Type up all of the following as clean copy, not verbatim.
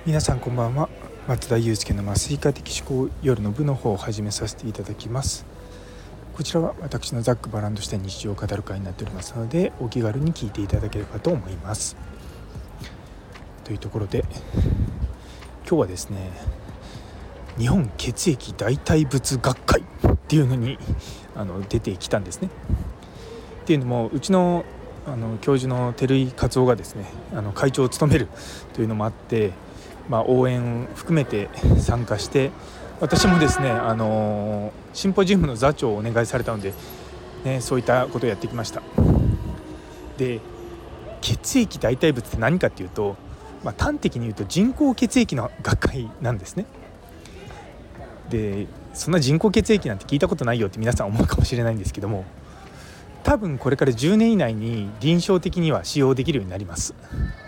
皆さんこんばんは。松田祐介の麻酔科的思考夜の部の方を始めさせていただきます。こちらは私のざっくばらんとした日常を語る会になっておりますので、お気軽に聞いていただければと思います。というところで今日はですね、日本血液代替物学会っていうのに出てきたんですね。っていうのもうちの教授の照井克夫がですね会長を務めるというのもあって、応援含めて参加して、私もですねシンポジウムの座長をお願いされたので、そういったことをやってきました。で、血液代替物って何かっていうと、端的に言うと人工血液の学会なんですね。で、そんな人工血液なんて聞いたことないよって皆さん思うかもしれないんですけども、多分これから10年以内に臨床的には使用できるようになります。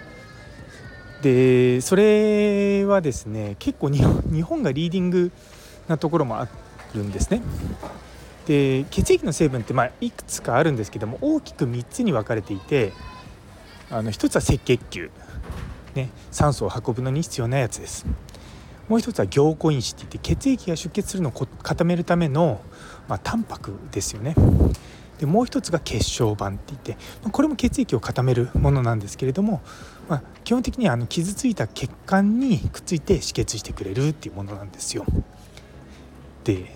で、それはですね、結構日本がリーディングなところもあるんですね。で、血液の成分っていくつかあるんですけども、大きく3つに分かれていて、一つは赤血球、酸素を運ぶのに必要なやつです。もう一つは凝固因子っていって、血液が出血するのを固めるための、タンパクですよね。で、もう一つが血小板っていって、これも血液を固めるものなんですけれども、基本的には傷ついた血管にくっついて止血してくれるっていうものなんですよ。で、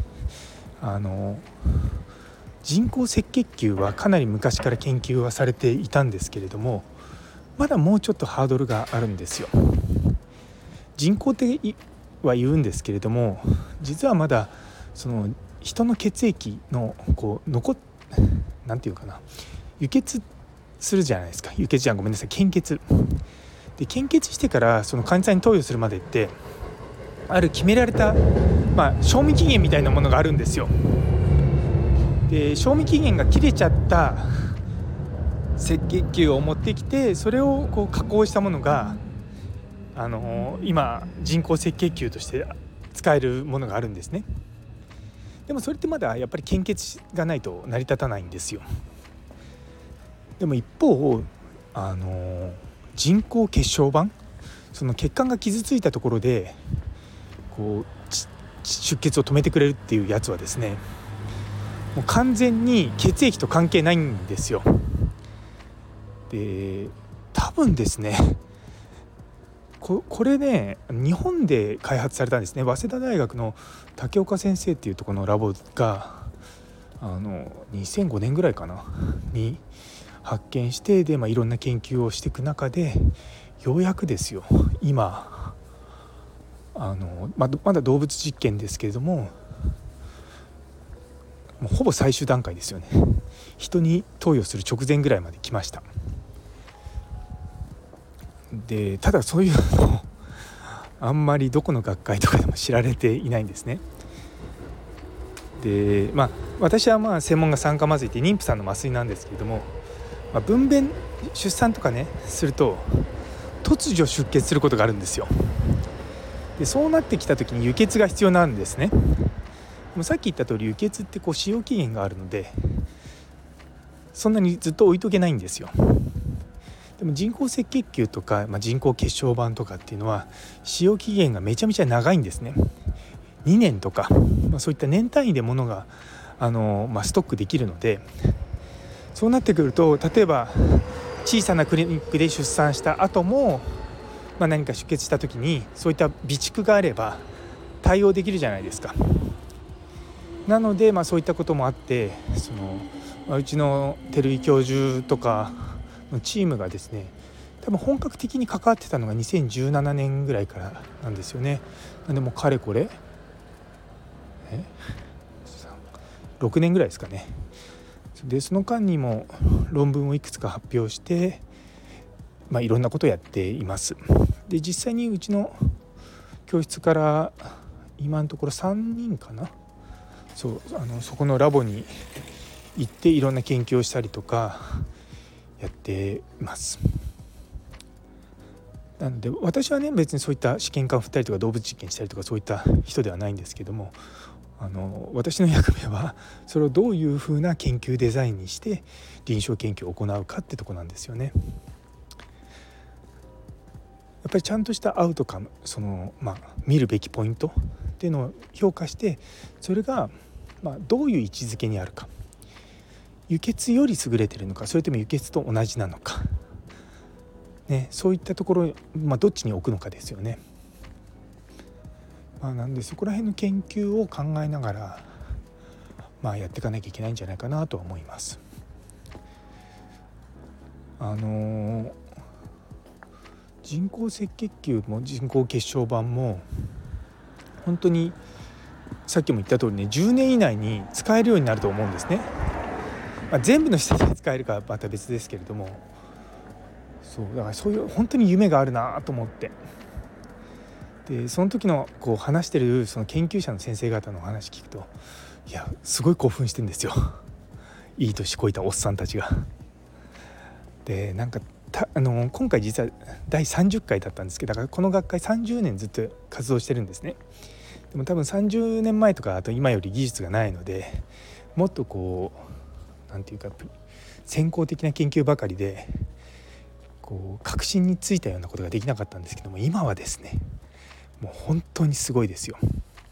人工赤血球はかなり昔から研究はされていたんですけれども、まだもうちょっとハードルがあるんですよ。人工っては言うんですけれども、実はまだその人の血液のなんていうかな、輸血するじゃないですか。輸血じゃん、ごめんなさい、献血で、献血してからその患者さんに投与するまでってある決められた、賞味期限みたいなものがあるんですよ。で、賞味期限が切れちゃった赤血球を持ってきて、それを加工したものが今人工赤血球として使えるものがあるんですね。でもそれってまだやっぱり献血がないと成り立たないんですよ。でも一方人工血小板、その血管が傷ついたところで出血を止めてくれるっていうやつはですね、もう完全に血液と関係ないんですよ。で、多分ですね、これね、日本で開発されたんですね。早稲田大学の竹岡先生っていうところのラボが2005年ぐらいかなに発見して、で、いろんな研究をしていく中で、ようやくですよ、今まだ動物実験ですけれども、もうほぼ最終段階ですよね。人に投与する直前ぐらいまで来ました。で、ただそういうのあんまりどこの学会とかでも知られていないんですね。で、私は専門が酸化麻酔って妊婦さんの麻酔なんですけれども、分娩出産とかねすると突如出血することがあるんですよ。で、そうなってきた時に輸血が必要なんですね。でもさっき言った通り、輸血って使用期限があるので、そんなにずっと置いとけないんですよ。でも人工赤血球とか、人工血小板とかっていうのは使用期限がめちゃめちゃ長いんですね。2年とか、そういった年単位でものがストックできるので、そうなってくると、例えば小さなクリニックで出産した後も、何か出血した時にそういった備蓄があれば対応できるじゃないですか。なので、そういったこともあって、うちの照井教授とかのチームがですね、多分本格的に関わってたのが2017年ぐらいからなんですよね。なんでもうかれこれ6年ぐらいですかね。で、その間にも論文をいくつか発表して、いろんなことをやっています。で、実際にうちの教室から今のところ3人かな、そこのラボに行っていろんな研究をしたりとかやっています。なので私はね、別にそういった試験管を振ったりとか動物実験したりとかそういった人ではないんですけども、私の役目はそれをどういうふうな研究デザインにして臨床研究を行うかってとこなんですよね。 ぱりちゃんとしたアウトカム、見るべきポイントっていうのを評価して、それがどういう位置づけにあるか、輸血より優れてるのか、それとも輸血と同じなのか、そういったところ、どっちに置くのかですよね。なんでそこら辺の研究を考えながら、やっていかなきゃいけないんじゃないかなとは思います。人工赤血球も人工血小板も本当にさっきも言った通りね、10年以内に使えるようになると思うんですね。全部の人で使えるかはまた別ですけれども、だからそういう本当に夢があるなと思って、でその時の話してるその研究者の先生方のお話聞くと、いやすごい興奮してるんですよいい年こいたおっさんたちが。で今回実は第30回だったんですけど、だからこの学会30年ずっと活動してるんですね。でも多分30年前とかあと今より技術がないので、もっとなんていうか先行的な研究ばかりで確信についたようなことができなかったんですけども、今はですねもう本当にすごいですよ。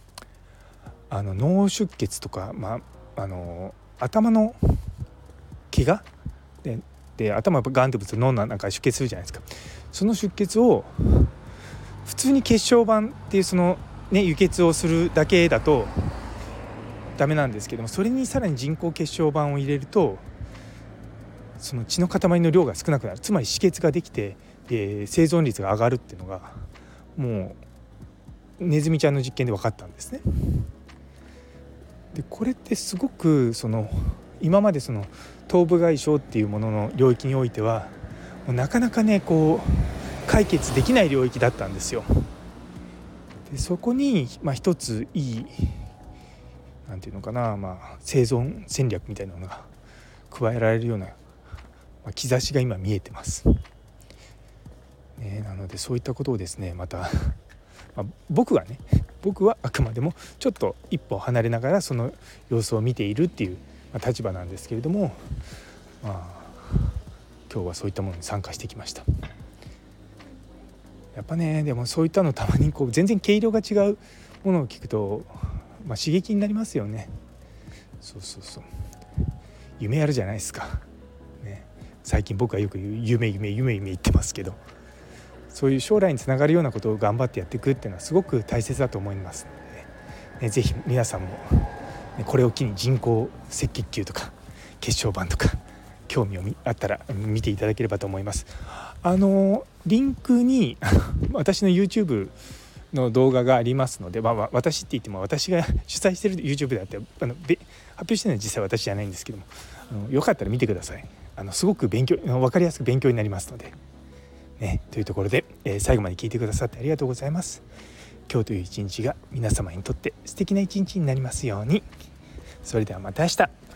脳出血とか、頭の怪我で頭がガンとぶつ脳なんか出血するじゃないですか。その出血を普通に血小板っていう輸血をするだけだとダメなんですけども、それにさらに人工血小板を入れるとその血の塊の量が少なくなる、つまり止血ができて、生存率が上がるっていうのがもうネズミちゃんの実験で分かったんですね。でこれってすごく今まで頭部外傷っていうものの領域においてはもうなかなかね解決できない領域だったんですよ。でそこに一ついいなんていうのかな、生存戦略みたいなのが加えられるような、兆しが今見えてます、なのでそういったことをですねまた、僕はあくまでもちょっと一歩離れながらその様子を見ているっていう、立場なんですけれども、今日はそういったものに参加してきました。やっぱね、でもそういったのたまに全然毛色が違うものを聞くと、刺激になりますよね。そう夢あるじゃないですか、最近僕はよく夢言ってますけど、そういう将来につながるようなことを頑張ってやっていくっていうのはすごく大切だと思いますので、ぜひ皆さんも、これを機に人工赤血球とか血小板とか興味あったら見ていただければと思います。リンクに私の YouTube の動画がありますので、私って言っても私が主催している YouTube であって発表してるのは実際私じゃないんですけども、よかったら見てください。すごく分かりやすく勉強になりますので、というところで、最後まで聞いてくださってありがとうございます。今日という一日が皆様にとって素敵な一日になりますように。それではまた明日。